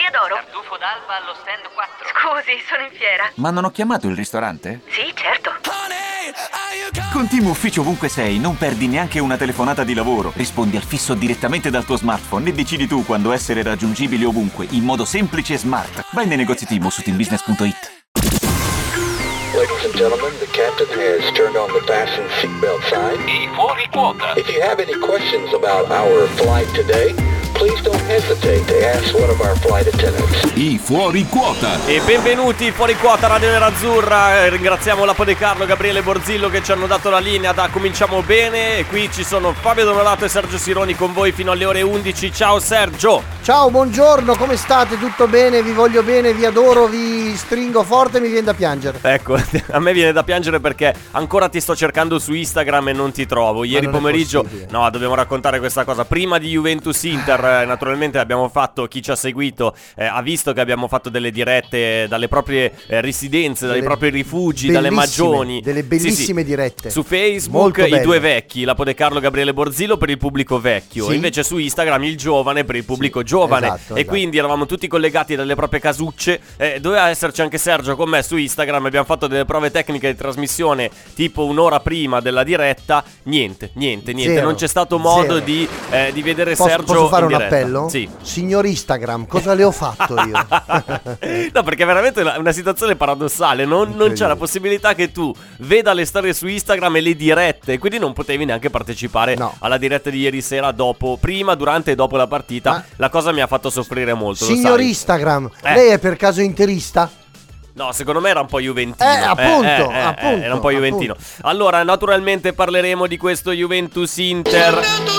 Adoro. Tartufo d'alba allo stand 4. Scusi, sono in fiera. Ma non ho chiamato il ristorante? Sì, certo. Con Team Ufficio ovunque sei, non perdi neanche una telefonata di lavoro. Rispondi al fisso direttamente dal tuo smartphone e decidi tu quando essere raggiungibile ovunque, in modo semplice e smart. Vai nei negozi Team o su teambusiness.it. Ladies and gentlemen, the captain has turned on the fasten seatbelt sign. I fuori quota. If you have any questions about our flight today, please don't hesitate to ask one of our flight attendants. I fuori quota. E benvenuti fuori quota Radio Nerazzurra. Ringraziamo Lapo De Carlo, Gabriele Borzillo che ci hanno dato la linea da Cominciamo Bene. E qui ci sono Fabio Donolato e Sergio Sironi con voi fino alle ore 11. Ciao Sergio. Ciao, buongiorno, come state? Tutto bene? Vi voglio bene, vi adoro, vi stringo forte e mi viene da piangere. Ecco, a me viene da piangere perché ancora ti sto cercando su Instagram e non ti trovo. Ieri pomeriggio, no, dobbiamo raccontare questa cosa. Prima di Juventus Inter, naturalmente abbiamo fatto, chi ci ha seguito ha visto che abbiamo fatto delle dirette dalle proprie residenze, dai propri rifugi, dalle magioni. Delle bellissime dirette. Su Facebook i due vecchi, Lapo De Carlo e Gabriele Borzillo per il pubblico vecchio, e invece su Instagram il giovane per il pubblico giovane. Esatto. Quindi eravamo tutti collegati dalle proprie casucce. Doveva esserci anche Sergio con me su Instagram. Abbiamo fatto delle prove tecniche di trasmissione tipo un'ora prima della diretta. Niente. Zero. Non c'è stato modo di vedere Sergio. Posso fare in un diretta? appello? Sì. Signor Instagram, cosa le ho fatto io? No, perché è veramente una situazione paradossale. Non c'è la possibilità che tu veda le storie su Instagram e le dirette, quindi non potevi neanche partecipare alla diretta di ieri sera, prima, durante e dopo la partita. La cosa mi ha fatto soffrire molto. Signor Instagram, lei è per caso interista? No, secondo me era un po' juventino. Appunto. Era un po' juventino. Allora, naturalmente parleremo di questo Juventus Inter.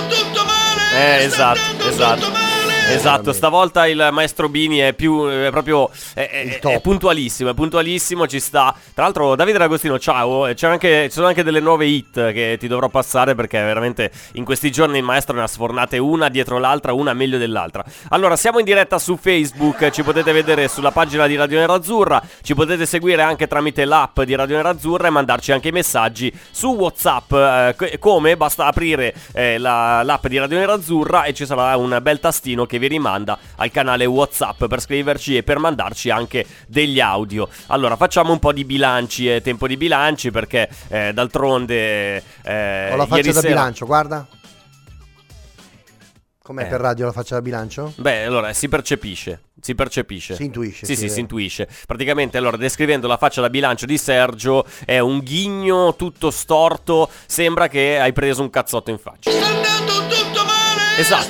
Esatto, stavolta il maestro Bini è puntualissimo, ci sta. Tra l'altro Davide D'Agostino, ciao, ci sono anche delle nuove hit che ti dovrò passare, perché veramente in questi giorni il maestro ne ha sfornate una dietro l'altra, una meglio dell'altra. Allora, siamo in diretta su Facebook, ci potete vedere sulla pagina di Radio Nerazzurra, ci potete seguire anche tramite l'app di Radio Nerazzurra e mandarci anche i messaggi su WhatsApp. Come? Basta aprire l'app di Radio Nerazzurra e ci sarà un bel tastino che vi rimanda al canale WhatsApp per scriverci e per mandarci anche degli audio. Allora, facciamo un po' di bilanci, è tempo di bilanci, perché d'altronde ho la faccia da bilancio, guarda. Com'è per radio la faccia da bilancio? Beh, allora si percepisce. Si intuisce. Sì, si intuisce. Praticamente, allora, descrivendo la faccia da bilancio di Sergio, è un ghigno tutto storto, sembra che hai preso un cazzotto in faccia. Esatto.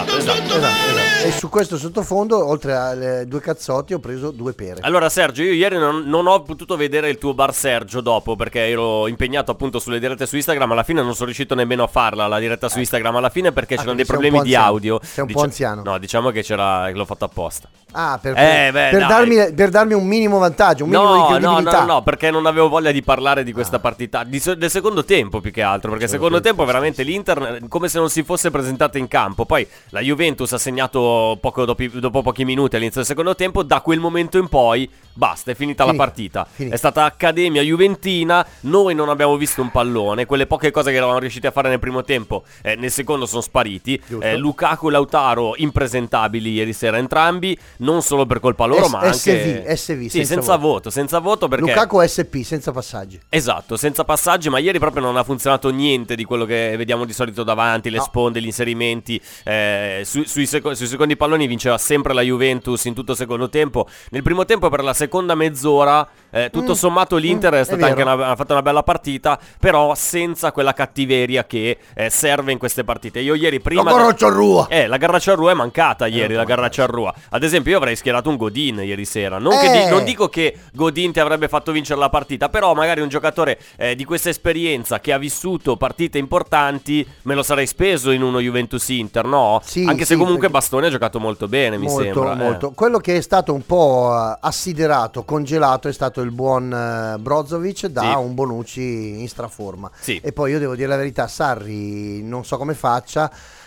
E su questo sottofondo, oltre a due cazzotti, ho preso due pere. Allora Sergio, io ieri non ho potuto vedere il tuo bar Sergio dopo, perché ero impegnato appunto sulle dirette su Instagram. Alla fine non sono riuscito nemmeno a farla la diretta su Instagram alla fine, perché c'erano dei problemi di audio. Sei un po' anziano. No, diciamo che l'ho fatto apposta. Per darmi un minimo vantaggio, un minimo di credibilità. No, perché non avevo voglia di parlare di questa partita, del secondo tempo più che altro, perché secondo tempo veramente l'Inter come se non si fosse presentata in campo. Poi la Juventus ha segnato dopo pochi minuti all'inizio del secondo tempo. Da quel momento in poi basta, è finita la partita. È stata accademia juventina. Noi non abbiamo visto un pallone. Quelle poche cose che eravamo riusciti a fare nel primo tempo, nel secondo sono spariti. Lukaku e Lautaro impresentabili ieri sera entrambi, non solo per colpa loro, ma anche SV, sì, senza voto perché Lukaku SP senza passaggi. Esatto, senza passaggi, ma ieri proprio non ha funzionato niente di quello che vediamo di solito davanti, le sponde, gli inserimenti. Sui secondi palloni vinceva sempre la Juventus in tutto il secondo tempo. Nel primo tempo, per la seconda mezz'ora, tutto sommato l'Inter ha fatto una bella partita, però senza quella cattiveria che serve in queste partite. Io ieri prima la Garracciarrua è mancata ieri, la Garracciarua. Ad esempio io avrei schierato un Godin ieri sera. Non dico che Godin ti avrebbe fatto vincere la partita, però magari un giocatore di questa esperienza, che ha vissuto partite importanti, me lo sarei speso in uno Juventus Inter, no? Anche se comunque Bastoni ha giocato molto bene, mi sembra. Molto. Quello che è stato un po' assiderato, congelato, è stato il buon Brozovic da un Bonucci in straforma. E poi io devo dire la verità, Sarri non so come faccia,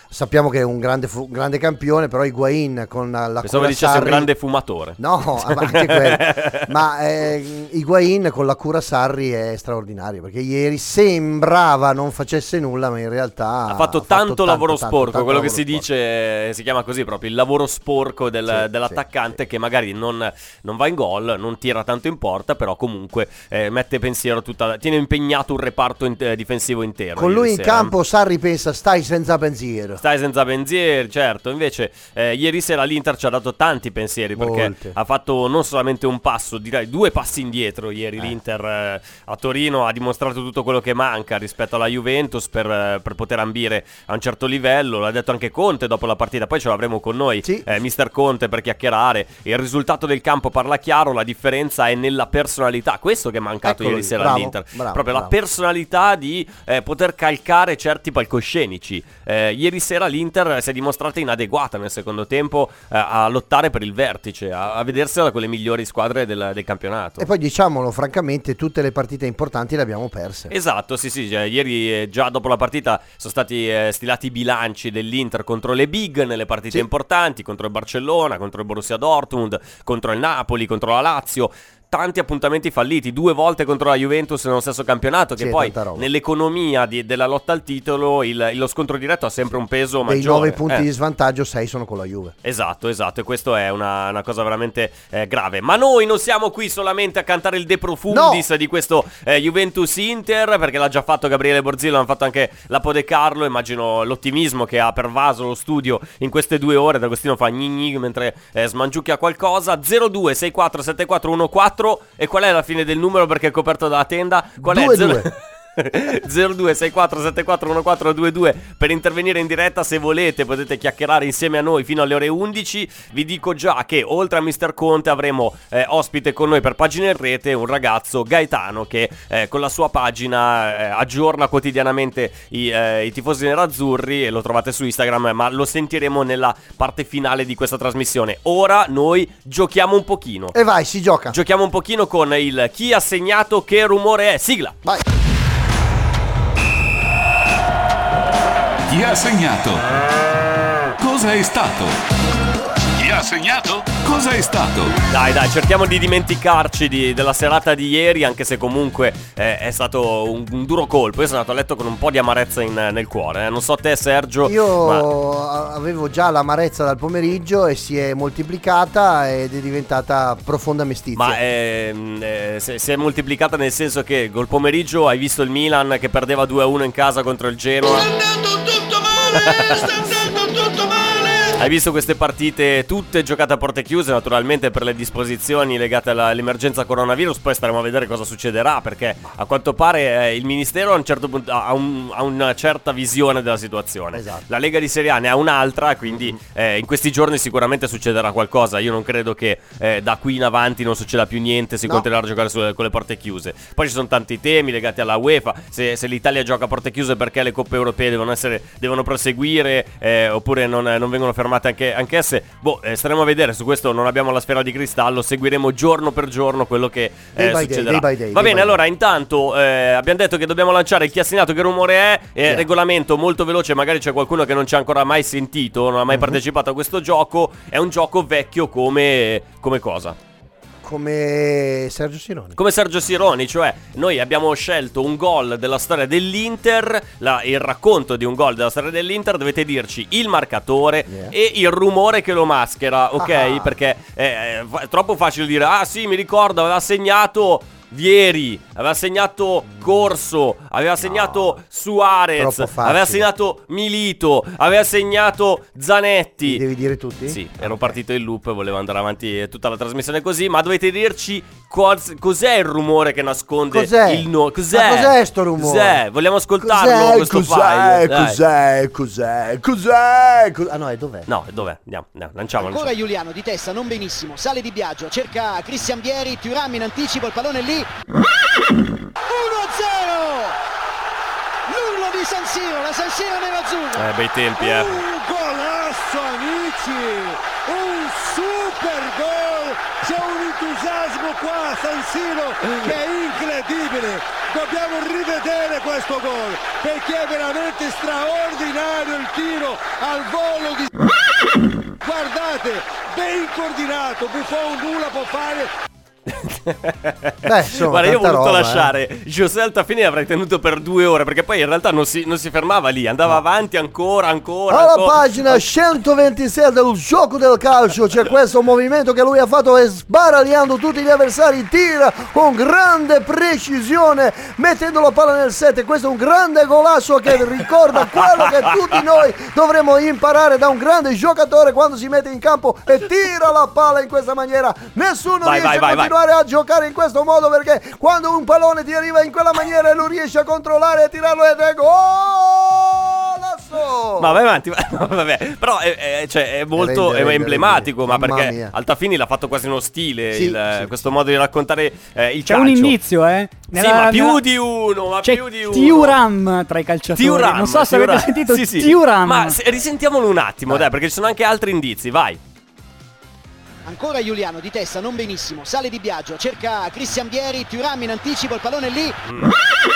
sappiamo che è un grande campione, però Higuaín con la pensavo cura dicesse Sarri... un grande fumatore. No, anche quello. Ma Higuaín con la cura Sarri è straordinario, perché ieri sembrava non facesse nulla, ma in realtà ha fatto tanto lavoro sporco, tanto quello lavoro che si sporco. dice, si chiama così proprio, il lavoro sporco dell'attaccante, sì. che magari non va in gol, non tira tanto in porta, però comunque mette pensiero tiene impegnato un reparto difensivo intero. Con lui in campo Sarri pensa stai senza pensiero. Stai senza pensieri, certo. Invece ieri sera l'Inter ci ha dato tanti pensieri, perché Molte. ha fatto non solamente un passo, direi 2 passi indietro ieri. L'Inter a Torino ha dimostrato tutto quello che manca rispetto alla Juventus per poter ambire a un certo livello. L'ha detto anche Conte dopo la partita, poi ce l'avremo con noi, sì. Mister Conte, per chiacchierare. Il risultato del campo parla chiaro, la differenza è nella personalità. Questo che è mancato ieri sera all'Inter, proprio la personalità di poter calcare certi palcoscenici. Ieri sera l'Inter si è dimostrata inadeguata nel secondo tempo a lottare per il vertice, a vedersela da quelle migliori squadre del campionato. E poi diciamolo francamente, tutte le partite importanti le abbiamo perse. Esatto, sì, ieri già dopo la partita sono stati stilati i bilanci dell'Inter contro le big nelle partite importanti, contro il Barcellona, contro il Borussia Dortmund, contro il Napoli, contro la Lazio. Tanti appuntamenti falliti, 2 volte contro la Juventus nello stesso campionato, che poi nell'economia della lotta al titolo lo scontro diretto ha sempre un peso maggiore. Dei 9 punti di svantaggio, 6 sono con la Juve. Esatto, e questo è una cosa veramente grave. Ma noi non siamo qui solamente a cantare il De Profundis di questo Juventus-Inter, perché l'ha già fatto Gabriele Borzillo, l'hanno fatto anche la Podecarlo. Immagino l'ottimismo che ha pervaso lo studio in queste 2 ore. D'Agostino fa gnigni mentre smangiucchia qualcosa. 02 64 74 14. E qual è la fine del numero, perché è coperto dalla tenda? Qual 2-2. è? 0264741422 per intervenire in diretta. Se volete potete chiacchierare insieme a noi fino alle ore 11. Vi dico già che oltre a Mister Conte avremo ospite con noi per Pagine in Rete un ragazzo, Gaetano, che con la sua pagina aggiorna quotidianamente i tifosi nerazzurri, e lo trovate su Instagram, ma lo sentiremo nella parte finale di questa trasmissione. Ora noi giochiamo un pochino. E vai, si gioca. Giochiamo un pochino con il chi ha segnato, che rumore è. Sigla. Vai. Chi ha segnato? Cosa è stato? Chi ha segnato? Cosa è stato? Dai, cerchiamo di dimenticarci della serata di ieri, anche se comunque è stato un duro colpo. Io sono andato a letto con un po' di amarezza nel cuore. Non so te, Sergio. Io avevo già l'amarezza dal pomeriggio e si è moltiplicata ed è diventata profonda mestizia. Ma si è moltiplicata nel senso che col pomeriggio hai visto il Milan che perdeva 2-1 in casa contro il Genoa. Sta andando tutto male. Hai visto queste partite tutte giocate a porte chiuse, naturalmente per le disposizioni legate all'emergenza coronavirus. Poi staremo a vedere cosa succederà, perché a quanto pare il Ministero a un certo punto ha una certa visione della situazione. Esatto. La Lega di Serie A ne ha un'altra, quindi in questi giorni sicuramente succederà qualcosa. Io non credo che da qui in avanti non succeda più niente, si continuerà a giocare con le porte chiuse. Poi ci sono tanti temi legati alla UEFA, se l'Italia gioca a porte chiuse perché le coppe europee devono proseguire, oppure non vengono fermate anche esse. Staremo a vedere, su questo non abbiamo la sfera di cristallo, seguiremo giorno per giorno quello che succederà. Va bene, allora intanto abbiamo detto che dobbiamo lanciare il chi ha segnato, che rumore è. Regolamento molto veloce, magari c'è qualcuno che non ci ha ancora mai sentito, non ha mai partecipato a questo gioco. È un gioco vecchio come cosa? Come Sergio Sironi. Come Sergio Sironi, cioè noi abbiamo scelto un gol della storia dell'Inter, il racconto di un gol della storia dell'Inter. Dovete dirci il marcatore e il rumore che lo maschera, ok? Perché è troppo facile dire sì, mi ricordo, aveva segnato Vieri, aveva segnato Corso, aveva segnato Suarez, aveva segnato Milito, aveva segnato Zanetti. Li devi dire tutti? Sì, ero partito in loop, volevo andare avanti tutta la trasmissione così, ma dovete dirci cos'è il rumore che nasconde il no. Cos'è sto rumore? Cos'è? Vogliamo ascoltarlo questo file? Cos'è? Ah no, è dov'è? No, dov'è? Andiamo, lanciamolo. Ancora Giuliano di testa, non benissimo. Sale Di Biagio, cerca Christian Vieri, Thuram in anticipo, il pallone lì. 1-0! L'urlo di San Siro, la San Siro nerazzurra. Bei tempi, Un golasso amici, un super gol, c'è un entusiasmo qua a San Siro che è incredibile, dobbiamo rivedere questo gol perché è veramente straordinario il tiro al volo di... Guardate, ben coordinato, Buffon nulla può fare. Beh, insomma, guarda, io ho voluto roba, lasciare José Altafini, avrei tenuto per 2 ore, perché poi in realtà non si fermava lì, andava avanti ancora. Alla pagina 126 del gioco del calcio c'è questo movimento che lui ha fatto e sbaragliando tutti gli avversari tira con grande precisione mettendo la palla nel set. Questo è un grande golasso che ricorda quello che tutti noi dovremmo imparare da un grande giocatore quando si mette in campo e tira la palla in questa maniera. Nessuno riesce a continuare a giocare in questo modo, perché quando un pallone ti arriva in quella maniera e lo riesci a controllare e tirarlo ed è golasso. Ma vai avanti, vabbè. Però è molto emblematico, ma perché mia. Altafini l'ha fatto quasi uno stile, Sì, questo modo di raccontare il C'è calcio. un indizio, Sì, ma più di uno, C'è più di uno. Thuram tra i calciatori. Thuram, non so se avete sentito sì. Thuram. Ma risentiamolo un attimo, dai, perché ci sono anche altri indizi, vai. Ancora Giuliano di testa, non benissimo, sale Di Biagio, cerca Christian Vieri, Thuram in anticipo, il pallone lì. 1-0!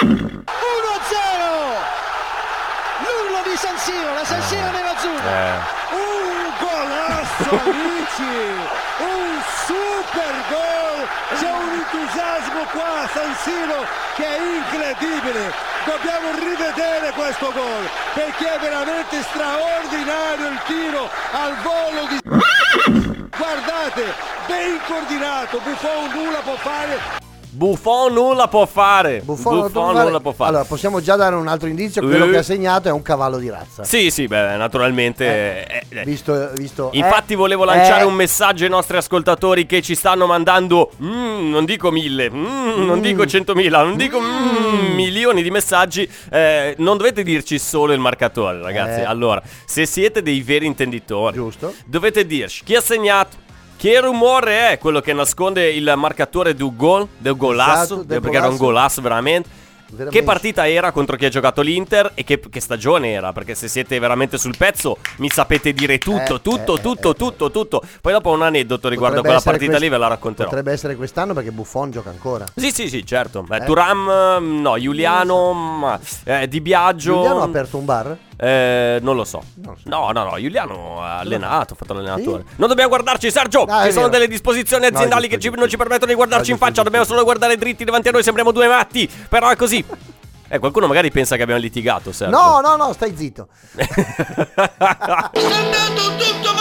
L'urlo di San Siro, la San Siro nerazzurra. Un golasso amici, un super gol, c'è un entusiasmo qua a San Siro che è incredibile, dobbiamo rivedere questo gol perché è veramente straordinario il tiro al volo di... Guardate, ben coordinato, Buffon nulla può fare. Buffon nulla può fare. Buffon nulla può fare. Allora, possiamo già dare un altro indizio. Quello che ha segnato è un cavallo di razza. Sì, beh, naturalmente. Visto. Infatti, volevo lanciare un messaggio ai nostri ascoltatori che ci stanno mandando. Non dico 1000, non dico 100.000, non dico milioni di messaggi. Non dovete dirci solo il marcatore, ragazzi. Allora, se siete dei veri intenditori, giusto, dovete dirci chi ha segnato. Che rumore è quello che nasconde il marcatore del gol, del golasso, perché era un golasso veramente. Che partita era, contro chi ha giocato l'Inter e che stagione era? Perché se siete veramente sul pezzo mi sapete dire tutto. Poi dopo un aneddoto riguardo a quella partita lì ve la racconterò. Potrebbe essere quest'anno perché Buffon gioca ancora. Sì, certo. Thuram no, Giuliano, Di Biagio. Giuliano ha aperto un bar? Non lo so. No, Giuliano ha allenato, ha fatto l'allenatore. Non dobbiamo guardarci, Sergio. Ci sono delle disposizioni aziendali che non ci permettono di guardarci in faccia. Dobbiamo solo guardare dritti davanti a noi. Sembriamo due matti. Però è così. Qualcuno magari pensa che abbiamo litigato, Sergio. No, stai zitto. Sta andando tutto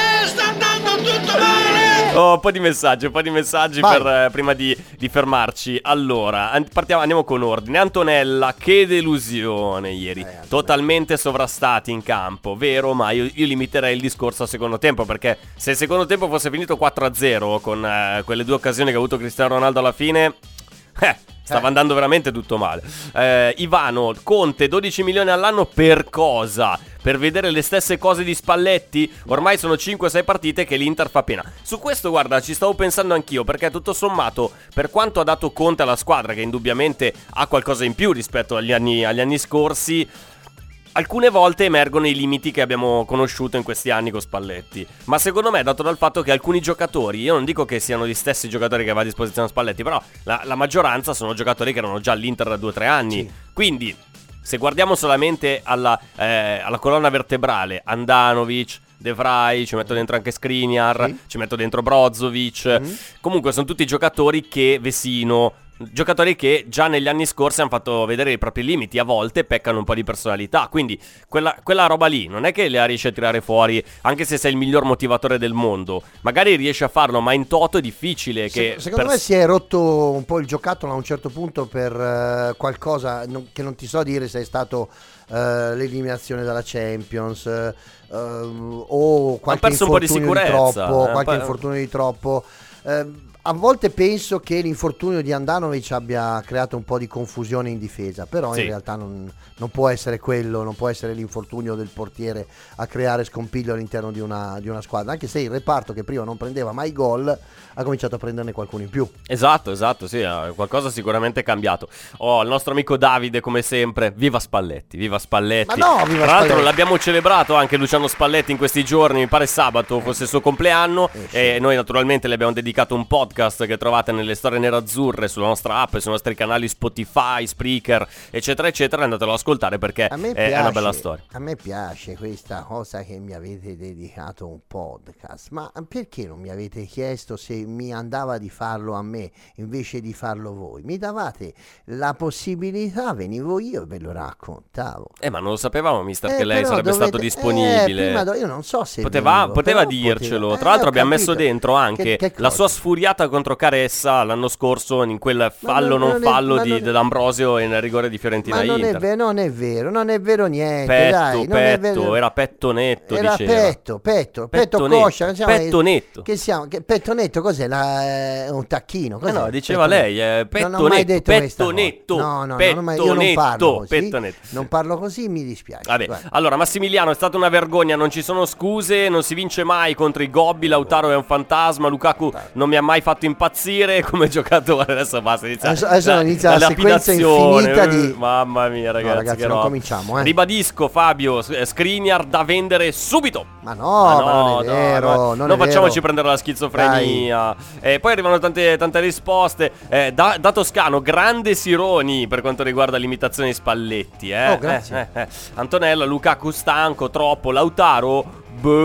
male. Un po' di messaggi per prima di fermarci. Allora, andiamo con ordine. Antonella, che delusione ieri. Totalmente sovrastati in campo, vero? Ma io limiterei il discorso al secondo tempo, perché se il secondo tempo fosse finito 4-0 con quelle 2 occasioni che ha avuto Cristiano Ronaldo alla fine, stava andando veramente tutto male. Ivano, Conte, 12 milioni all'anno per cosa? Per vedere le stesse cose di Spalletti? Ormai sono 5-6 partite che l'Inter fa pena. Su questo, guarda, ci stavo pensando anch'io, perché tutto sommato, per quanto ha dato Conte alla squadra, che indubbiamente ha qualcosa in più rispetto agli anni scorsi, alcune volte emergono i limiti che abbiamo conosciuto in questi anni con Spalletti. Ma secondo me è dato dal fatto che alcuni giocatori, io non dico che siano gli stessi giocatori che aveva a disposizione Spalletti, però la maggioranza sono giocatori che erano già all'Inter da 2-3 anni. Sì. Quindi, se guardiamo solamente alla colonna vertebrale, Handanovic, De Vrij, ci metto dentro anche Skriniar, ci metto dentro Brozovic, comunque sono tutti giocatori che Vesino, giocatori che già negli anni scorsi hanno fatto vedere i propri limiti, a volte peccano un po' di personalità, quindi quella roba lì non è che la riesci a tirare fuori, anche se sei il miglior motivatore del mondo, magari riesci a farlo, ma in toto è difficile. Secondo me si è rotto un po' il giocattolo a un certo punto per qualcosa che non ti so dire se è stato l'eliminazione dalla Champions o qualche infortunio di troppo, a volte penso che l'infortunio di Handanovic abbia creato un po' di confusione in difesa, però Sì. in realtà non può essere quello, non può essere l'infortunio del portiere a creare scompiglio all'interno di una squadra, anche se il reparto che prima non prendeva mai gol ha cominciato a prenderne qualcuno in più. Esatto, sì, qualcosa sicuramente è cambiato. Oh, il nostro amico Davide, come sempre, viva Spalletti, viva Spalletti. Ma no, viva Tra l'altro Spalletti. l'abbiamo celebrato anche Luciano Spalletti in questi giorni, mi pare sabato fosse il suo compleanno, sì. e noi naturalmente le abbiamo dedicato un podcast che trovate nelle storie nerazzurre sulla nostra app e sui nostri canali Spotify, Spreaker, eccetera eccetera, andatelo ad ascoltare perché A me è una bella storia. A me piace questa cosa che mi avete dedicato un podcast, ma perché non mi avete chiesto se mi andava di farlo a me invece di farlo voi? Mi davate la possibilità, venivo io e ve lo raccontavo. Ma non lo sapevamo, mister, che lei però sarebbe stato disponibile. prima io non so se Poteva venivo, poteva però dircelo. Tra ho l'altro abbiamo capito. messo dentro anche Che la cosa? sua sfuriata contro Caressa l'anno scorso in quel fallo non fallo di D'Ambrosio in rigore di Fiorentina Ma non Inter. non è vero niente, dai, non è vero. Era petto netto, Era diceva. petto netto, coscia, petto netto. che petto netto cos'è? Un tacchino, cos'è? No, diceva Petto lei, netto. petto Non ho mai netto, detto questa petto cosa. netto, No, petto io non netto, parlo così. petto netto. Non parlo così, mi dispiace. Vabbè, Guarda. allora Massimiliano, è stata una vergogna, non ci sono scuse, non si vince mai contro i gobbi, Lautaro è un fantasma, Lukaku non mi ha mai fatto impazzire come giocatore, adesso basta, Adesso inizia la sequenza infinita di... Mamma mia ragazzi, No, ragazzi, che non roba. cominciamo, Ribadisco Fabio, Skriniar da vendere subito. Ma no, ma non è dai, vero, non è facciamoci vero. prendere la schizofrenia. Poi arrivano tante risposte. Da Toscano, grande Sironi per quanto riguarda l'imitazione di Spalletti. Oh, grazie. Antonella, Lukaku stanco, troppo. Lautaro,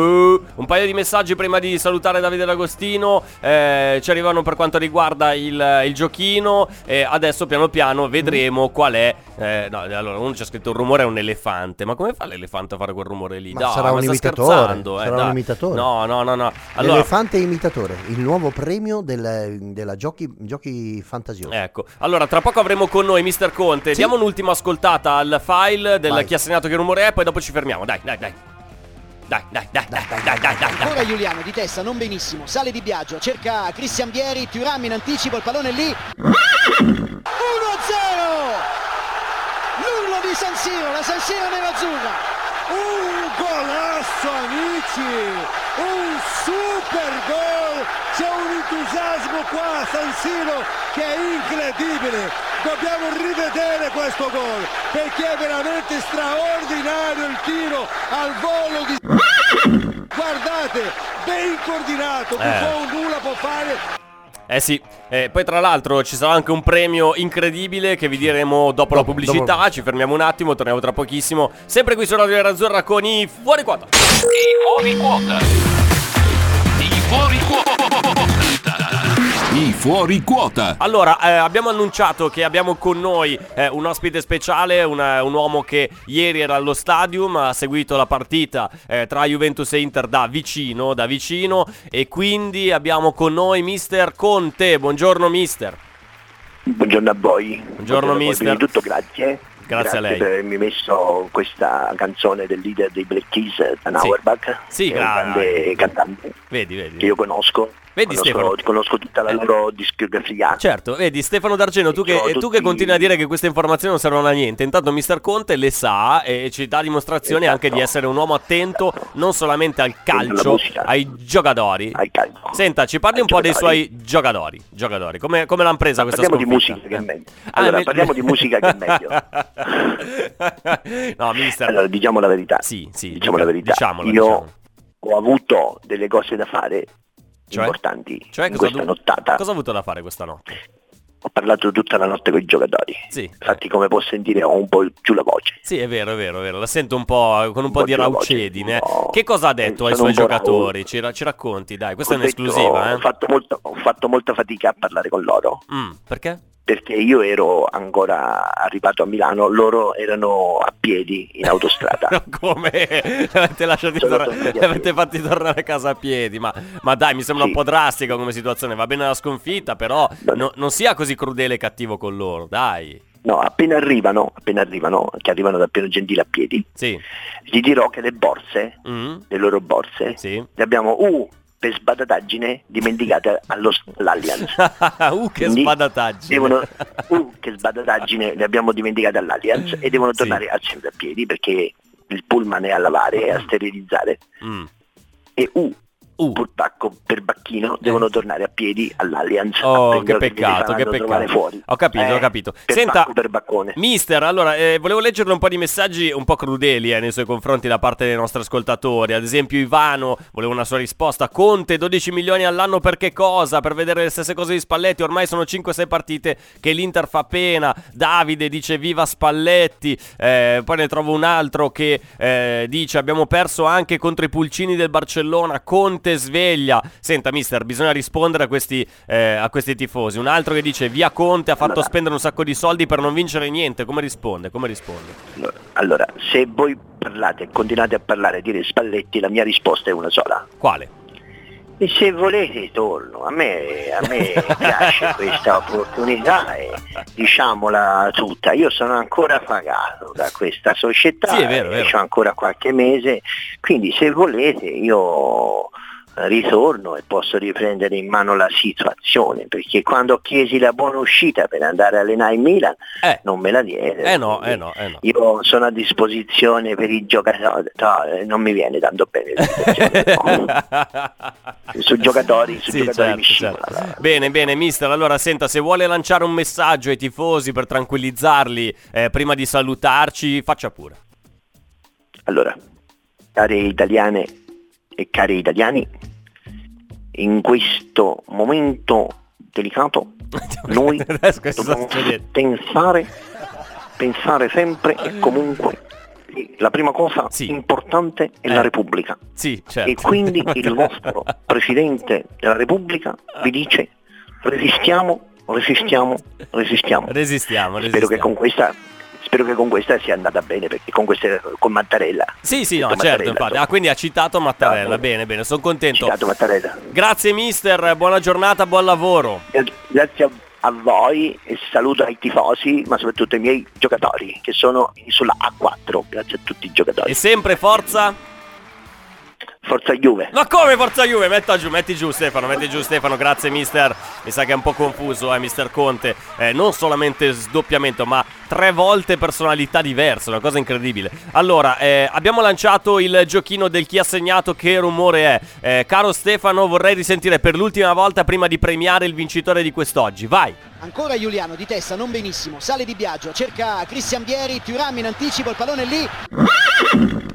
un paio di messaggi prima di salutare Davide D'Agostino. Ci arrivano per quanto riguarda il giochino. Adesso piano piano vedremo qual è. No, allora uno c'è scritto: il rumore è un elefante. Ma come fa l'elefante a fare quel rumore lì? Ma Dai, sarà un sta imitatore, scherzando, sarà dai. un imitatore. No. Allora, L'elefante imitatore, il nuovo premio della giochi fantasiosi. ecco, allora tra poco avremo con noi Mister Conte. Sì. Diamo un'ultima ascoltata al file del Vai. chi ha segnato che rumore è, poi dopo ci fermiamo. Dai. Ancora Giuliano di testa, non benissimo, sale Di Biagio, cerca Christian Vieri, Thuram in anticipo, il pallone è lì. 1-0! L'urlo di San Siro, la San Siro nerazzurra. Un golasso amici, un super gol, c'è un entusiasmo qua a San Siro che è incredibile, dobbiamo rivedere questo gol perché è veramente straordinario il tiro al volo di... Guardate, ben coordinato, Buffon nulla può fare. Sì, poi tra l'altro ci sarà anche un premio incredibile che vi diremo dopo la pubblicità. Ci fermiamo un attimo, torniamo tra pochissimo. Sempre qui su Radio Nerazzurra con i Fuori Quota. I fuori quota. Allora, abbiamo annunciato che abbiamo con noi un ospite speciale, un uomo che ieri era allo stadium, ha seguito la partita tra Juventus e Inter da vicino, e quindi abbiamo con noi Mister Conte. Buongiorno mister. Buongiorno a voi. Buongiorno, mister. Prima di tutto grazie. Grazie a lei. Per avermi messo questa canzone del leader dei Black Keys, Dan Auerbach, Sì, che è un grande cantante Vedi. che io conosco. Vedi, Stefano? Conosco tutta la loro discografia. Certo, vedi Stefano D'Argeno, tu che continui a dire che queste informazioni non servono a niente. Intanto Mister Conte le sa e ci dà dimostrazione anche di essere un uomo attento non solamente al calcio, ai giocatori. Al calcio. Senta, ci parli un po' dei suoi giocatori. Come l'hanno presa questa Parliamo sconfitta? di musica che è meglio. Allora, parliamo di musica che è meglio. No, mister. Allora, diciamo la verità. Sì, diciamo la verità. diciamola. Io ho avuto delle cose da fare importanti in questa nottata. Cosa ha avuto da fare questa notte? Ho parlato tutta la notte con i giocatori. Sì. Infatti, come può sentire, ho un po' giù la voce. Sì, è vero. La sento un po' con un po' di raucedine. No. Che cosa ha detto ai Sono suoi un po' giocatori? Ci racconti, dai, questa è un'esclusiva, Ho fatto molta fatica a parlare con loro. Perché? Perché io ero ancora arrivato a Milano, loro erano a piedi in autostrada. Come? Avete fatti tornare a casa a piedi? Ma dai, mi sembra un po' drastica come situazione. Va bene la sconfitta, però non sia così crudele e cattivo con loro, dai. No, appena arrivano, che arrivano da Piano Gentile a piedi, sì, gli dirò che le borse, le loro borse, sì, le abbiamo per sbadataggine dimenticate all'Allianz. Che sbadataggine. Che sbadataggine le abbiamo dimenticate all'Allianz e devono tornare a sempre a piedi perché il pullman è a lavare e a sterilizzare. E purtacco per Bacchino devono tornare a piedi all'Allianz. Che peccato, che peccato. Fuori. Ho capito. Senta, mister, allora volevo leggerle un po' di messaggi un po' crudeli nei suoi confronti da parte dei nostri ascoltatori. Ad esempio Ivano, volevo una sua risposta. Conte, 12 milioni all'anno per che cosa? Per vedere le stesse cose di Spalletti. Ormai sono 5-6 partite che l'Inter fa pena. Davide dice viva Spalletti. Poi ne trovo un altro che dice abbiamo perso anche contro i pulcini del Barcellona. Conte sveglia. Senta mister, bisogna rispondere a questi tifosi. Un altro che dice via Conte, ha fatto spendere un sacco di soldi per non vincere niente. Come risponde? Allora, se voi continuate a parlare di Spalletti, la mia risposta è una sola. Quale? E se volete torno, a me piace questa opportunità e diciamola tutta, io sono ancora pagato da questa società, è vero. Ho ancora qualche mese, quindi se volete io ritorno e posso riprendere in mano la situazione, perché quando chiesi la buona uscita per andare a allenare il Milan non me la diede. No. Io sono a disposizione per i giocatori, non mi viene tanto bene su giocatori certo, mi scivola. Certo. Bene mister, allora senta, se vuole lanciare un messaggio ai tifosi per tranquillizzarli prima di salutarci, faccia pure. Allora, care italiane e cari italiani, in questo momento delicato noi dobbiamo pensare sempre e comunque la prima cosa importante è la Repubblica. Certo. E quindi il vostro Presidente della Repubblica vi dice resistiamo. Spero che con questa sia andata bene, perché con Mattarella. Sì, certo, infatti. Quindi ha citato Mattarella. Bene, sono contento. Citato Mattarella. Grazie mister, buona giornata, buon lavoro. Grazie a voi e saluto ai tifosi, ma soprattutto ai miei giocatori che sono sulla A4. Grazie a tutti i giocatori. E sempre forza Juve. Ma come forza Juve? Metti giù Stefano, grazie mister. Mi sa che è un po' confuso mister Conte, non solamente sdoppiamento ma 3 volte personalità diverse, una cosa incredibile. Allora, abbiamo lanciato il giochino del chi ha segnato, che rumore è. Caro Stefano, vorrei risentire per l'ultima volta prima di premiare il vincitore di quest'oggi, vai. Ancora Giuliano di testa, non benissimo, sale Di Biagio, cerca Christian Vieri, Thuram in anticipo, il pallone lì. 1-0!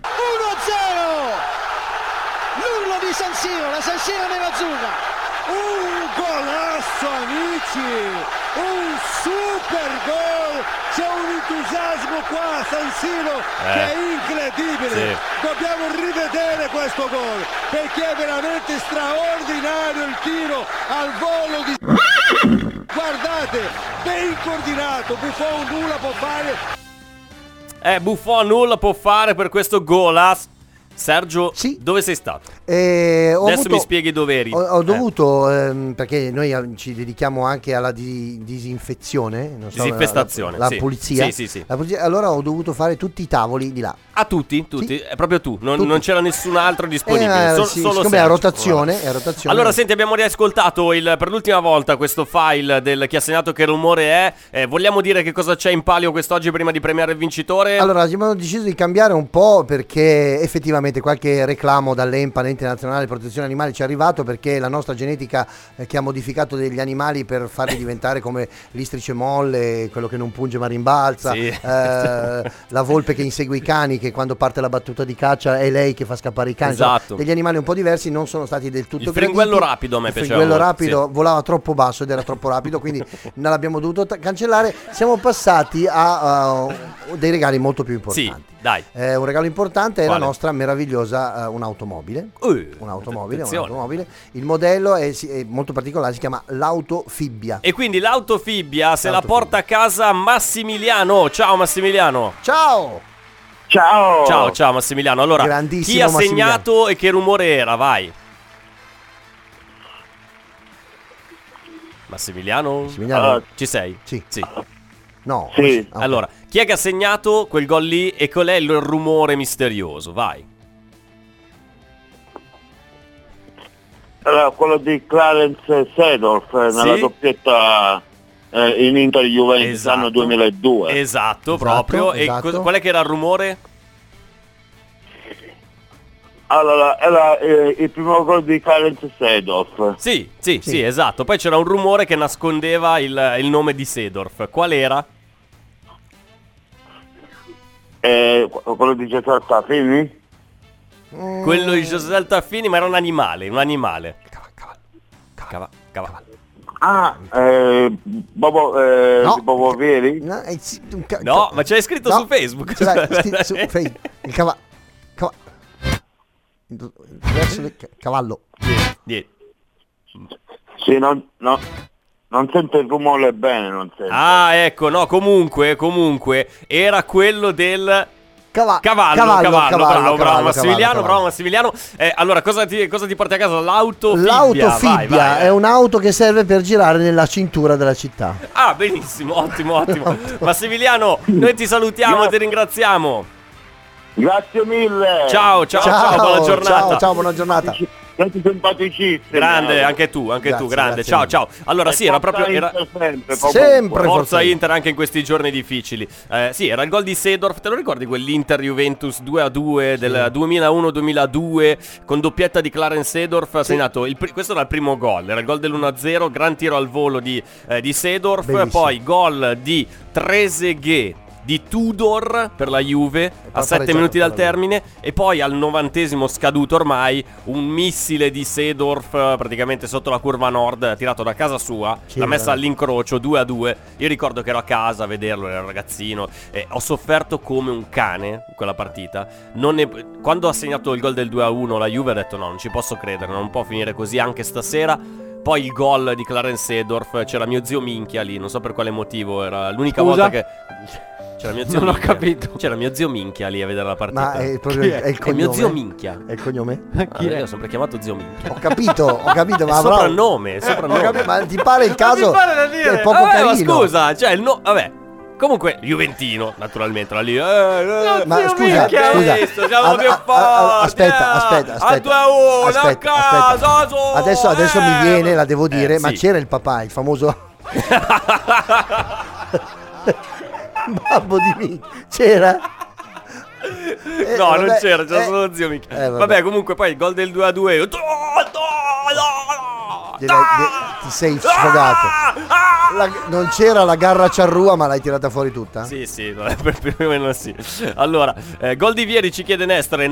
L'urlo di San Siro, la San Siro nerazzurra. Un golasso amici, un super gol, c'è un entusiasmo qua a San Siro che è incredibile. Dobbiamo rivedere questo gol perché è veramente straordinario il tiro al volo di... Guardate, ben coordinato, Buffon nulla può fare. Buffon nulla può fare per questo golasso. Sergio, dove sei stato? Adesso mi spieghi dove eri. Ho dovuto, perché noi ci dedichiamo anche alla disinfezione, non so, disinfestazione, la pulizia. Sì. La pulizia. Allora ho dovuto fare tutti i tavoli di là. Tutti? È proprio tu, non c'era nessun altro disponibile, solo siccome è a rotazione, Allora senti, abbiamo riascoltato per l'ultima volta questo file del chi ha segnato che rumore è. Vogliamo dire che cosa c'è in palio quest'oggi prima di premiare il vincitore? Allora abbiamo deciso di cambiare un po', perché effettivamente qualche reclamo dall'ENPA, l'Ente Nazionale di Protezione Animali, ci è arrivato, perché la nostra genetica che ha modificato degli animali per farli diventare come l'istrice molle, quello che non punge ma rimbalza, la volpe che insegue i cani, che quando parte la battuta di caccia è lei che fa scappare i cani. Esatto. Degli animali un po' diversi, non sono stati del tutto graditi. Il fringuello rapido a me piaceva. Il fringuello rapido volava troppo basso ed era troppo rapido, quindi non l'abbiamo dovuto cancellare. Siamo passati a dei regali molto più importanti. Dai. Un regalo importante è Quale? la nostra meravigliosa un'automobile. Un'automobile. Il modello è molto particolare, si chiama l'Autofibbia. E quindi l'Autofibbia se la porta a casa Massimiliano. Ciao Massimiliano. Ciao Massimiliano. Allora, grandissimo chi ha segnato e che rumore era? Vai. Massimiliano? Ci sei? Sì. No. Sì. Allora, chi è che ha segnato quel gol lì e qual è il rumore misterioso? Vai. era quello di Clarence Seedorf nella doppietta in Inter Juventus anno 2002. Esatto, proprio. Esatto. E qual è che era il rumore? Allora, era il primo gol di Clarence Seedorf. Sì, esatto. Poi c'era un rumore che nascondeva il nome di Seedorf. Qual era? Quello di Giuseppe Taffini? Quello di Giuseppe Taffini, ma era un animale. Cavallo. Bobo Vieri? No, ma c'è scritto su Facebook. Il cavallo. Sì, non sento il rumore bene, non sento. Ah, ecco, no, comunque era quello del cavallo, bravo Massimiliano. Allora, cosa ti porti a casa? L'autofibbia. L'autofibbia è un'auto che serve per girare nella cintura della città. Ah, benissimo, ottimo. Massimiliano, noi ti salutiamo, ti ringraziamo. Grazie mille. Ciao, buona giornata. Ciao, buona giornata. Siete simpaticissimi. Grande, anche tu, grande. Ciao. Allora, sì, era proprio sempre Forza Inter anche in questi giorni difficili. Sì, era il gol di Seedorf. Te lo ricordi quell'Inter Juventus 2-2 del 2001-2002 con doppietta di Clarence Seedorf? Ha segnato questo era il primo gol, era il gol dell'1-0, gran tiro al volo di Seedorf. Bellissimo. Poi gol di Trezeguet, di Tudor per la Juve a 7 minuti dal termine, e poi al 90esimo scaduto ormai un missile di Seedorf praticamente sotto la curva nord tirato da casa sua, l'ha messa all'incrocio 2-2. Io ricordo che ero a casa a vederlo, ero ragazzino, e ho sofferto come un cane in quella partita. Quando ha segnato il gol del 2-1 la Juve, ho detto no, non ci posso credere, non può finire così anche stasera. Poi il gol di Clarence Seedorf, c'era mio zio Minchia lì, non so per quale motivo, era l'unica volta che... C'era mio zio non Minchia. ho capito. C'era mio zio Minchia lì a vedere la partita. Ma è proprio è il cognome? È mio zio Minchia. È il cognome? Chi è? Io ho sempre chiamato zio Minchia. Ho capito, ma soprannome. Ma ti pare il caso? Mi pare da dire. È poco carino. Ma scusa, cioè vabbè. Comunque, Juventino, naturalmente, era lì. Ma scusa, siamo più forti. Aspetta. A 2-1, a casa. Adesso mi viene, la devo dire, ma sì. c'era il papà, il famoso babbo di me. C'era? No, non c'era solo zio Mica. Vabbè, comunque poi il gol del 2-2. Ti sei sfogato. Non c'era la garra ciarrua, ma l'hai tirata fuori tutta? Sì, più o meno sì. Allora, gol di Vieri, ci chiede Nestor.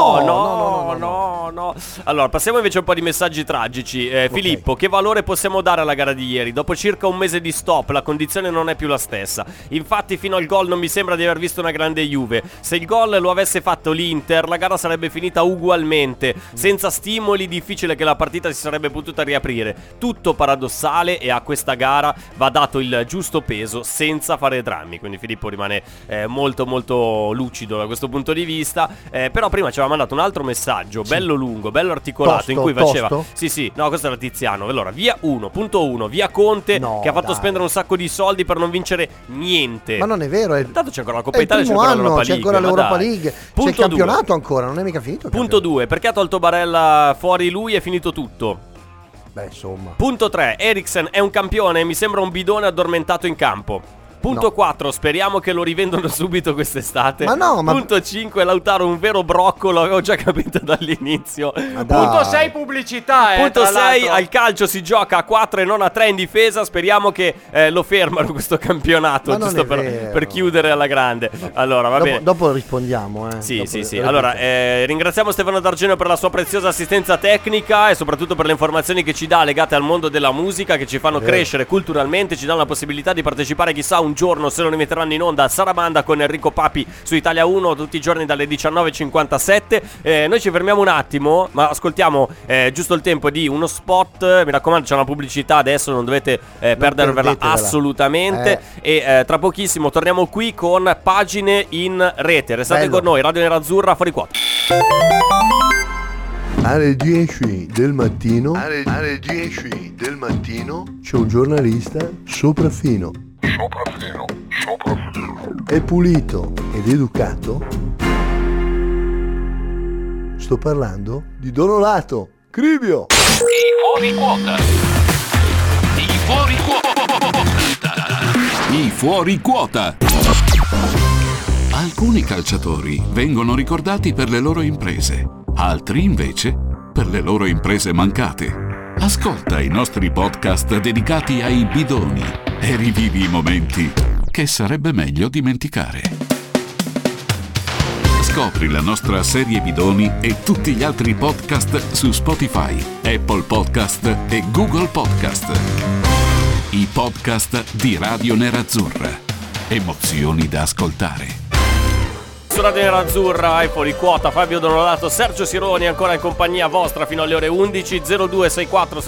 No. Allora, passiamo invece a un po' di messaggi tragici. Filippo, che valore possiamo dare alla gara di ieri? Dopo circa un mese di stop, la condizione non è più la stessa. Infatti, fino al gol non mi sembra di aver visto una grande Juve. Se il gol lo avesse fatto l'Inter, la gara sarebbe finita ugualmente. Senza stimoli, difficile che la partita si sarebbe potuta riaprire. Tutto paradossale, e a questa gara va dato il giusto peso senza fare drammi. Quindi Filippo rimane molto molto lucido da questo punto di vista. Però prima ci aveva mandato un altro messaggio, bello lungo, bello articolato, in cui faceva sì, no, questo era Tiziano. Allora, via 1.1, via Conte, che ha fatto spendere un sacco di soldi per non vincere niente. Ma non è vero, intanto c'è ancora la Coppa Italia, c'è ancora l'Europa League, c'è il campionato ancora, non è mica finito. Punto 2, perché ha tolto Barella fuori lui, è finito tutto. Beh, insomma. Punto 3, Eriksen è un campione, mi sembra un bidone addormentato in campo. Punto 4, speriamo che lo rivendono subito quest'estate. Punto 5, Lautaro un vero broccolo, avevo già capito dall'inizio. Punto 6, pubblicità. Punto 6, al calcio si gioca a 4 e non a 3 in difesa. Speriamo che lo fermano questo campionato, giusto per chiudere alla grande. Allora, va bene. Dopo rispondiamo. Sì. Allora, ringraziamo Stefano D'Argenio per la sua preziosa assistenza tecnica e soprattutto per le informazioni che ci dà legate al mondo della musica, che ci fanno crescere culturalmente, ci danno la possibilità di partecipare chissà un giorno, se lo rimetteranno in onda, a Sarabanda con Enrico Papi su Italia 1 tutti i giorni dalle 19:57. Noi ci fermiamo un attimo, ma ascoltiamo giusto il tempo di uno spot. Mi raccomando, c'è una pubblicità adesso, non dovete perdervela assolutamente. E tra pochissimo torniamo qui con Pagine in Rete. Restate con noi, Radio Nerazzurra, fuori quota. Alle 10 del mattino c'è un giornalista sopraffino. È pulito ed educato. Sto parlando di Don Olato Cribio. fuori quota. I fuori quota. I fuori quota. Alcuni calciatori vengono ricordati per le loro imprese, altri invece per le loro imprese mancate. Ascolta i nostri podcast dedicati ai bidoni e rivivi i momenti che sarebbe meglio dimenticare. Scopri la nostra serie bidoni e tutti gli altri podcast su Spotify, Apple Podcast e Google Podcast. I podcast di Radio Nerazzurra. Emozioni da ascoltare. Su Radio Nerazzurra e fuori quota Fabio Donolato, Sergio Sironi ancora in compagnia vostra fino alle ore 11. 0264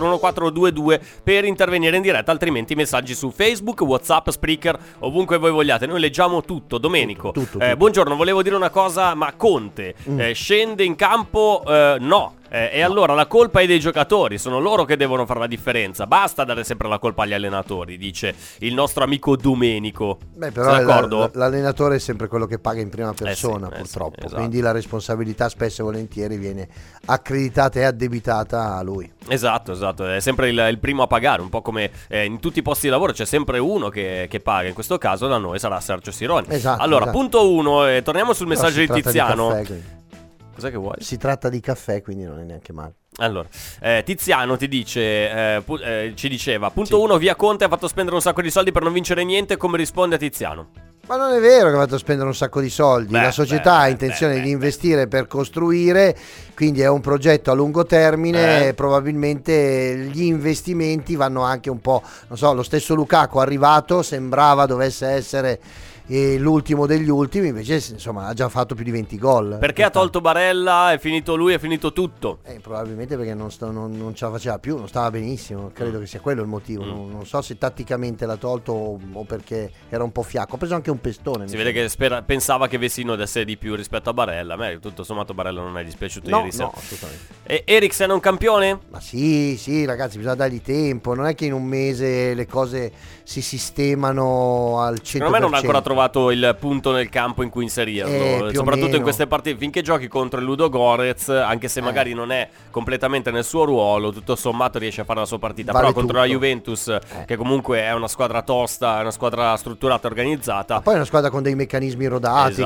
741422 per intervenire in diretta, altrimenti messaggi su Facebook, WhatsApp, Spreaker, ovunque voi vogliate, noi leggiamo tutto. Domenico, tutto. Buongiorno, volevo dire una cosa, ma Conte scende in campo? No. E allora la colpa è dei giocatori, sono loro che devono fare la differenza. Basta dare sempre la colpa agli allenatori, dice il nostro amico Domenico. Beh, però sei d'accordo? L'allenatore è sempre quello che paga in prima persona, purtroppo. Esatto. Quindi la responsabilità spesso e volentieri viene accreditata e addebitata a lui. Esatto, è sempre il primo a pagare, un po' come in tutti i posti di lavoro c'è sempre uno che paga. In questo caso da noi sarà Sergio Sironi. Esatto, allora, punto 1, torniamo sul messaggio di Tiziano. Cos'è che vuoi? Si tratta di caffè, quindi non è neanche male. Allora, Tiziano ti dice, ci diceva, punto 1, via Conte ha fatto spendere un sacco di soldi per non vincere niente. Come risponde a Tiziano? Ma non è vero che ha fatto spendere un sacco di soldi. La società ha intenzione di investire per costruire, quindi è un progetto a lungo termine. Probabilmente gli investimenti vanno anche un po', non so, lo stesso Lukaku arrivato sembrava dovesse essere l'ultimo degli ultimi, invece insomma ha già fatto più di 20 gol. Perché ha tolto Barella, è finito lui, è finito tutto? Probabilmente perché non ce la faceva più, non stava benissimo, credo che sia quello il motivo. Non so se tatticamente l'ha tolto o perché era un po' fiacco. Ha preso anche un pestone. Si vede che pensava che Vecino desse di più rispetto a Barella. A me tutto sommato Barella non è dispiaciuto ieri sera. No, assolutamente. E Eriksen è un campione? Ma sì ragazzi, bisogna dargli tempo. Non è che in un mese le cose si sistemano al 100%. Secondo me non ha ancora trovato il punto nel campo in cui inserirlo, soprattutto in queste partite. Finché giochi contro il Ludogorets, anche se magari non è completamente nel suo ruolo, tutto sommato riesce a fare la sua partita. Vale però contro tutto. La Juventus, che comunque è una squadra tosta, è una squadra strutturata e organizzata. Ma poi è una squadra con dei meccanismi rodati,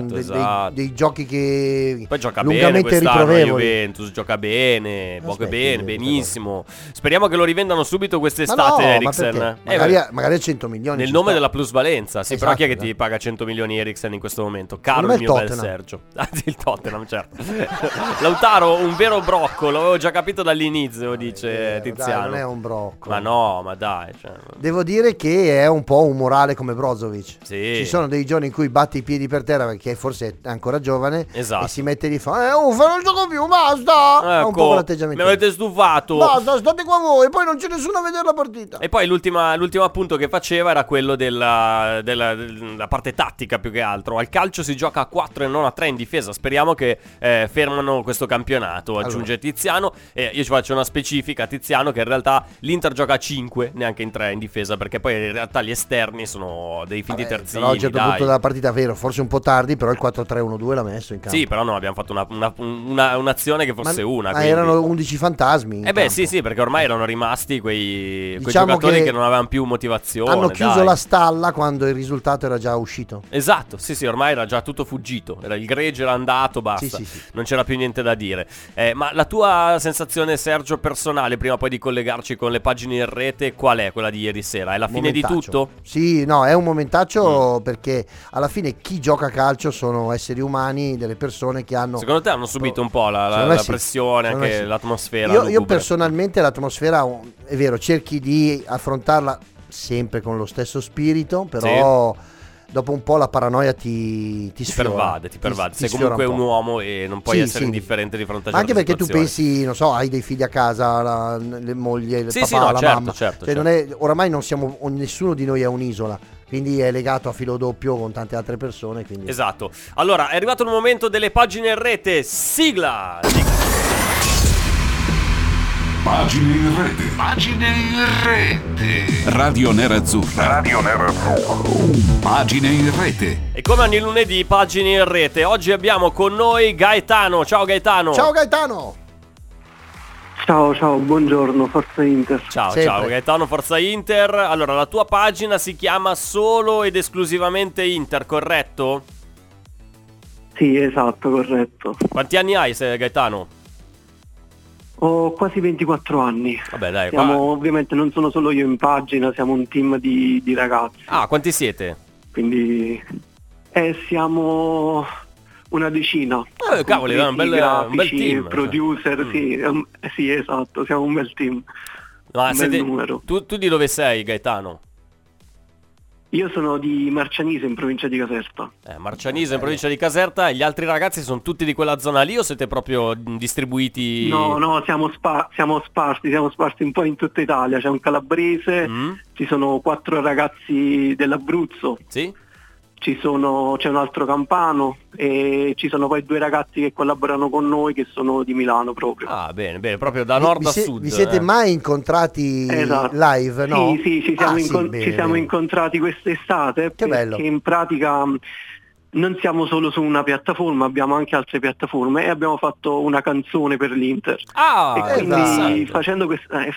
con dei giochi che poi gioca lungamente bene quest'anno. La Juventus gioca bene, benissimo. Speriamo che lo rivendano subito quest'estate, Eriksen. Magari a 100 milioni nel nome della plusvalenza. Sì, però chi è che ti paga 100 milioni Eriksen in questo momento? Caro il mio bel Sergio. Il Tottenham, certo. Lautaro, un vero brocco, l'avevo già capito dall'inizio, dice Tiziano. Dai, non è un brocco. Ma no, ma dai. Devo dire che è un po' un morale come Brozovic. Sì. Ci sono dei giorni in cui batte i piedi per terra perché forse è ancora giovane. Esatto. E si mette di fare non gioco più, basta. È un po' quell'atteggiamento. Mi avete stufato. Basta, state qua voi, poi non c'è nessuno a vedere la partita. E poi l'ultimo appunto che faceva era quello della parte tattica più che altro. Al calcio si gioca a 4 e non a 3 in difesa. Speriamo che fermano questo campionato, aggiunge Tiziano. Io ci faccio una specifica, Tiziano, che in realtà l'Inter gioca a 5, neanche in 3 in difesa, perché poi in realtà gli esterni sono dei finti terzini. Però a un certo punto della partita, vero, forse un po' tardi, però il 4-3-1-2 l'ha messo in campo. Sì, però no, abbiamo fatto un'azione che fosse una. Ma erano 11 fantasmi. Sì, perché ormai erano rimasti quei giocatori che non avevano più motivazione. Hanno chiuso la stalla quando il risultato era già uscito. Esatto, sì, ormai era già tutto fuggito. Il gregge era andato, basta. Sì. Non c'era più niente da dire. Ma la tua sensazione, Sergio, personale, prima poi di collegarci con le pagine in rete, qual è quella di ieri sera? È la fine di tutto? Sì, no, è un momentaccio perché alla fine chi gioca a calcio sono esseri umani, delle persone che hanno... Secondo te hanno subito un po' la pressione, anche l'atmosfera? Io personalmente l'atmosfera, è vero, cerchi di affrontarla sempre con lo stesso spirito, però... Sì. Dopo un po' la paranoia ti sfiora. Ti pervade. Sei comunque un uomo e non puoi essere indifferente di fronte a anche perché tu pensi, non so, hai dei figli a casa, le mogli, il papà, la mamma. Certo. Non è, oramai non siamo, nessuno di noi è un'isola. Quindi è legato a filo doppio con tante altre persone. Quindi... Esatto. Allora, è arrivato il momento delle pagine in rete. Sigla! Pagine in rete. Radio Nerazzurra. Pagine in rete. E come ogni lunedì, pagine in rete. Oggi abbiamo con noi Gaetano. Ciao Gaetano. Ciao Gaetano. Ciao, buongiorno, Forza Inter. Ciao Gaetano, Forza Inter. Allora, la tua pagina si chiama solo ed esclusivamente Inter, corretto? Sì, esatto, corretto. Quanti anni hai, Gaetano? Ho quasi 24 anni. Vabbè, dai, ovviamente non sono solo io in pagina, siamo un team di ragazzi. Ah, quanti siete? Quindi siamo una decina. Cavoli, è un bel team. Producer, sì, esatto, siamo un bel team. Ma un bel numero. Tu di dove sei, Gaetano? Io sono di Marcianise, in provincia di Caserta. Marcianise, in provincia di Caserta. E gli altri ragazzi sono tutti di quella zona lì o siete proprio distribuiti? No, siamo sparsi un po' in tutta Italia. C'è un calabrese, ci sono 4 ragazzi dell'Abruzzo. Sì? C'è un altro campano e ci sono poi 2 ragazzi che collaborano con noi che sono di Milano proprio. Ah, bene, proprio da nord a sud. Vi siete mai incontrati live, no? Sì, ci siamo incontrati quest'estate. Che bello. Perché in pratica non siamo solo su una piattaforma, abbiamo anche altre piattaforme e abbiamo fatto una canzone per l'Inter. E quindi facendo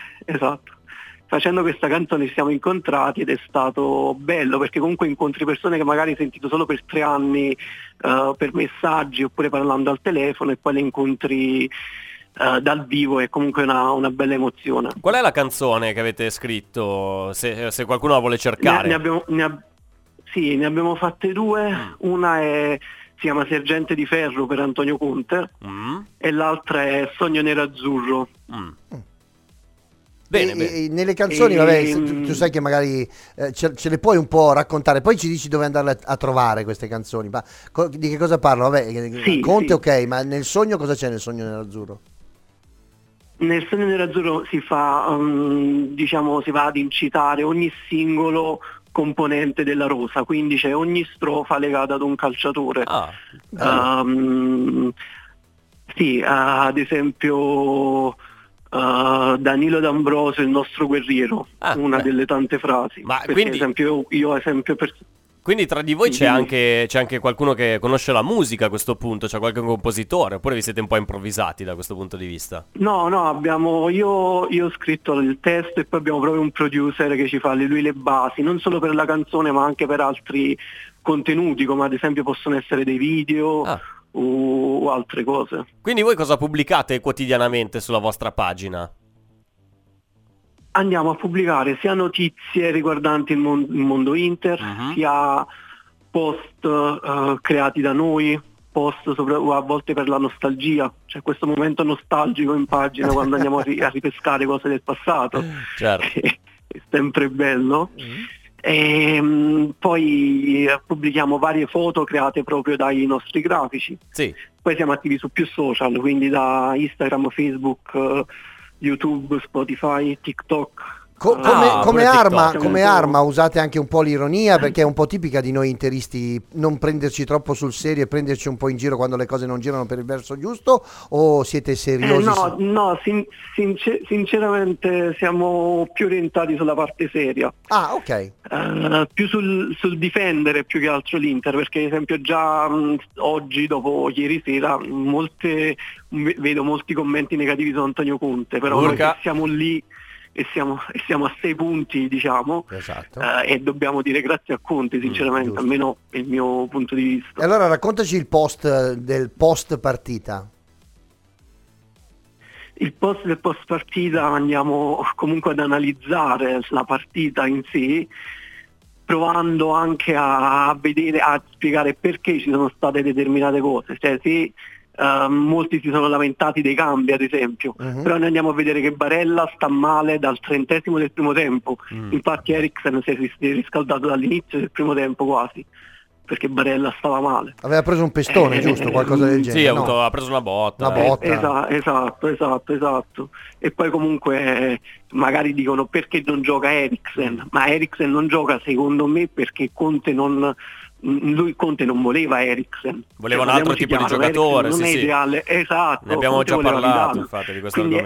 questa canzone ci siamo incontrati ed è stato bello perché comunque incontri persone che magari hai sentito solo per 3 anni per messaggi oppure parlando al telefono e poi le incontri dal vivo. È comunque una bella emozione. Qual è la canzone che avete scritto, se qualcuno la vuole cercare? Ne abbiamo fatte 2, una si chiama Sergente di Ferro per Antonio Conte e l'altra è Sogno Nerazzurro. Bene. Nelle canzoni, tu sai che magari ce le puoi un po' raccontare, poi ci dici dove andarle a trovare queste canzoni, ma di che cosa parlano? Conte, ok, ma nel sogno cosa c'è nel Sogno Nerazzurro? Nel Sogno Nerazzurro si fa, si va ad incitare ogni singolo componente della rosa, quindi c'è ogni strofa legata ad un calciatore. Ad esempio Danilo D'Ambrosio, il nostro guerriero, delle tante frasi. Ma quindi, quindi tra di voi c'è anche qualcuno che conosce la musica a questo punto, c'è qualche compositore, oppure vi siete un po' improvvisati da questo punto di vista? No, io ho scritto il testo e poi abbiamo proprio un producer che ci fa lui le basi, non solo per la canzone ma anche per altri contenuti, come ad esempio possono essere dei video o altre cose. Quindi voi cosa pubblicate quotidianamente sulla vostra pagina? Andiamo a pubblicare sia notizie riguardanti il mondo Inter, sia post creati da noi, post a volte per la nostalgia. C'è questo momento nostalgico in pagina quando andiamo a ripescare cose del passato. Certo. È sempre bello. E poi pubblichiamo varie foto create proprio dai nostri grafici. Sì. Poi siamo attivi su più social, quindi da Instagram, Facebook, YouTube, Spotify, TikTok. Come arma usate anche un po' l'ironia, perché è un po' tipica di noi interisti non prenderci troppo sul serio e prenderci un po' in giro quando le cose non girano per il verso giusto, o siete seriosi? Sinceramente siamo più orientati sulla parte seria. Ok. Più sul difendere più che altro l'Inter, perché ad esempio già oggi, dopo ieri sera, vedo molti commenti negativi su Antonio Conte, però noi siamo lì e siamo a 6 punti, diciamo, esatto. E dobbiamo dire grazie a Conte, sinceramente, almeno il mio punto di vista. E allora raccontaci il post del post partita. Il post del post partita andiamo comunque ad analizzare la partita in sé, provando anche a vedere, a spiegare perché ci sono state determinate cose. Cioè, se molti si sono lamentati dei cambi, ad esempio, però noi andiamo a vedere che Barella sta male dal 30° del primo tempo. Infatti Eriksen si è riscaldato dall'inizio del primo tempo quasi, perché Barella stava male. Aveva preso un pestone, giusto? Qualcosa del genere. Sì, ha preso una botta. Esatto. E poi comunque magari dicono perché non gioca Eriksen, ma Eriksen non gioca secondo me perché Conte non voleva Eriksen, voleva un altro tipo di giocatore, non è ideale, esatto. Ne abbiamo già parlato infatti di questo argomento.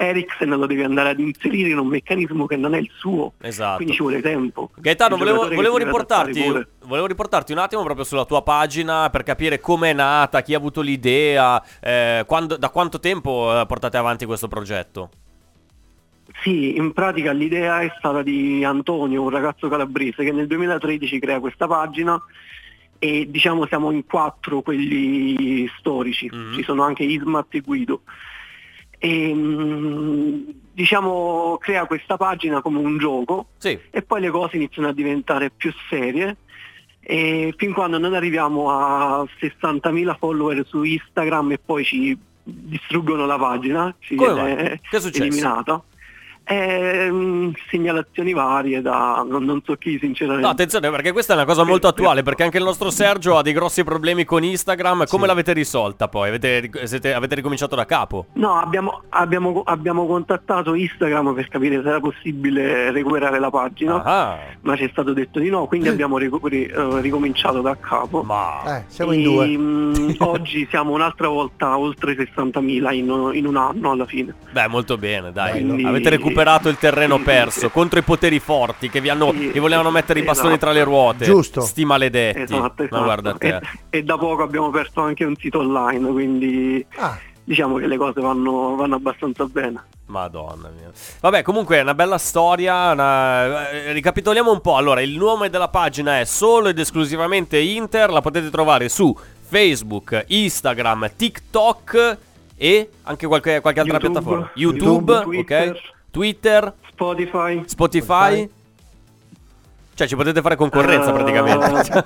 Eriksen lo devi andare ad inserire in un meccanismo che non è il suo, esatto. Quindi ci vuole tempo. Gaetano, volevo riportarti un attimo proprio sulla tua pagina per capire come è nata, chi ha avuto l'idea, da quanto tempo portate avanti questo progetto? Sì, in pratica l'idea è stata di Antonio, un ragazzo calabrese che nel 2013 crea questa pagina e diciamo siamo in 4 quelli storici, ci sono anche Ismat e Guido. E diciamo crea questa pagina come un gioco e poi le cose iniziano a diventare più serie e fin quando non arriviamo a 60.000 follower su Instagram e poi ci distruggono la pagina, ci viene eliminata. Segnalazioni varie da non so chi sinceramente. No, attenzione, perché questa è una cosa molto attuale, perché anche il nostro Sergio ha dei grossi problemi con Instagram. Come l'avete risolta poi? Avete ricominciato da capo? No, abbiamo contattato Instagram per capire se era possibile recuperare la pagina, ma ci è stato detto di no, quindi abbiamo ricominciato da capo. Siamo in 2. Oggi siamo un'altra volta oltre 60.000 in un anno alla fine. Beh, molto bene, dai. Quindi Avete recuperato il terreno perso contro i poteri forti che vi volevano mettere i bastoni tra le ruote. Giusto. Sti maledetti. Esatto. Ma guarda te. E da poco abbiamo aperto anche un sito online, quindi diciamo che le cose vanno abbastanza bene. Madonna mia. Vabbè, comunque è una bella storia. Ricapitoliamo un po'. Allora, il nome della pagina è solo ed esclusivamente Inter. La potete trovare su Facebook, Instagram, TikTok e anche qualche altra piattaforma. YouTube, Twitter, Spotify. Cioè ci potete fare concorrenza praticamente.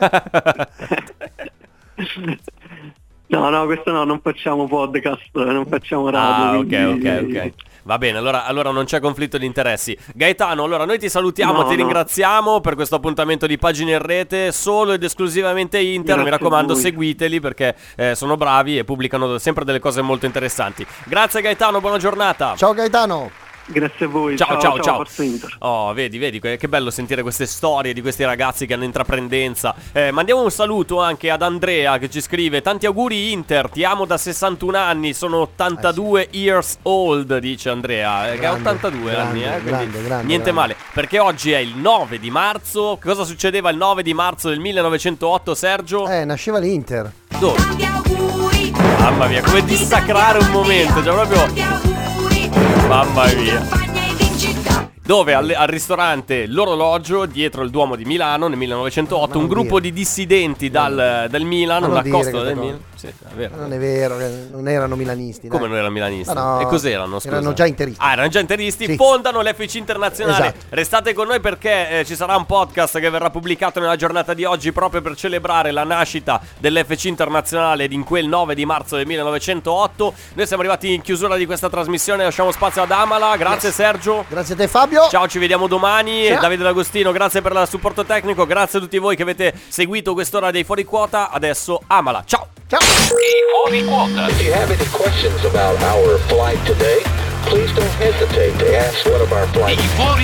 No, questo no, non facciamo podcast, non facciamo radio. Ok. Va bene, allora non c'è conflitto di interessi. Gaetano, allora noi ti salutiamo, ti ringraziamo per questo appuntamento di Pagine in Rete, solo ed esclusivamente Inter. Mi raccomando, seguiteli perché sono bravi e pubblicano sempre delle cose molto interessanti. Grazie Gaetano, buona giornata. Ciao Gaetano. Grazie a voi. Ciao. Forza Inter. Oh, vedi che bello sentire queste storie di questi ragazzi che hanno intraprendenza. Mandiamo un saluto anche ad Andrea che ci scrive: tanti auguri Inter, ti amo da 61 anni, sono 82 years old, dice Andrea, che ha 82 anni, grande, niente male, perché oggi è il 9 di marzo. Cosa succedeva il 9 di marzo del 1908, Sergio? Nasceva l'Inter. Dove? Mamma mia, come dissacrare un momento, cioè proprio... Mamma mia. Dove al ristorante L'Orologio, dietro il Duomo di Milano, nel 1908, un gruppo di dissidenti dal Milan, una costa del Milan. Sì, è vero. Non è vero, non erano milanisti. Come non erano milanisti? No, e cos'erano? Scusa? Erano già interisti. Erano già interisti, fondano l'FC Internazionale. Esatto. Restate con noi perché ci sarà un podcast che verrà pubblicato nella giornata di oggi proprio per celebrare la nascita dell'FC Internazionale in quel 9 di marzo del 1908. Noi siamo arrivati in chiusura di questa trasmissione, lasciamo spazio ad Amala. Grazie Sergio. Grazie a te Fabio. Ciao, ci vediamo domani. Ciao. Davide D'Agostino, grazie per il supporto tecnico. Grazie a tutti voi che avete seguito quest'ora dei Fuori Quota. Adesso Amala, ciao. Ciao. I Fuori Quota. If you have any questions about our flight today, please don't hesitate to ask one of our flight.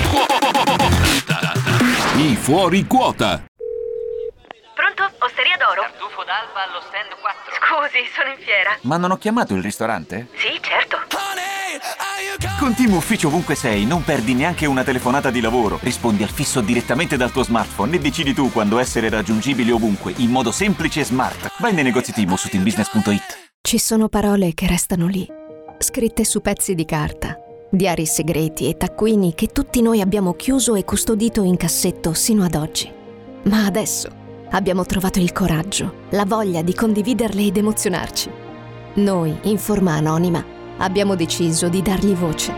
I Fuori Quota. Pronto? Osteria d'Oro? Tartufo d'Alba allo stand 4. Scusi, sono in fiera. Ma non ho chiamato il ristorante? Sì, certo. Con Team Ufficio ovunque sei, non perdi neanche una telefonata di lavoro. Rispondi al fisso direttamente dal tuo smartphone e decidi tu quando essere raggiungibile ovunque, in modo semplice e smart. Vai nei negozi Team o su teambusiness.it. Ci sono parole che restano lì, scritte su pezzi di carta, diari segreti e taccuini che tutti noi abbiamo chiuso e custodito in cassetto sino ad oggi. Ma adesso abbiamo trovato il coraggio, la voglia di condividerle ed emozionarci. Noi, in forma anonima, abbiamo deciso di dargli voce.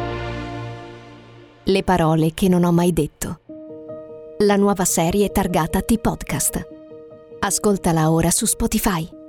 Le parole che non ho mai detto. La nuova serie targata T-Podcast. Ascoltala ora su Spotify.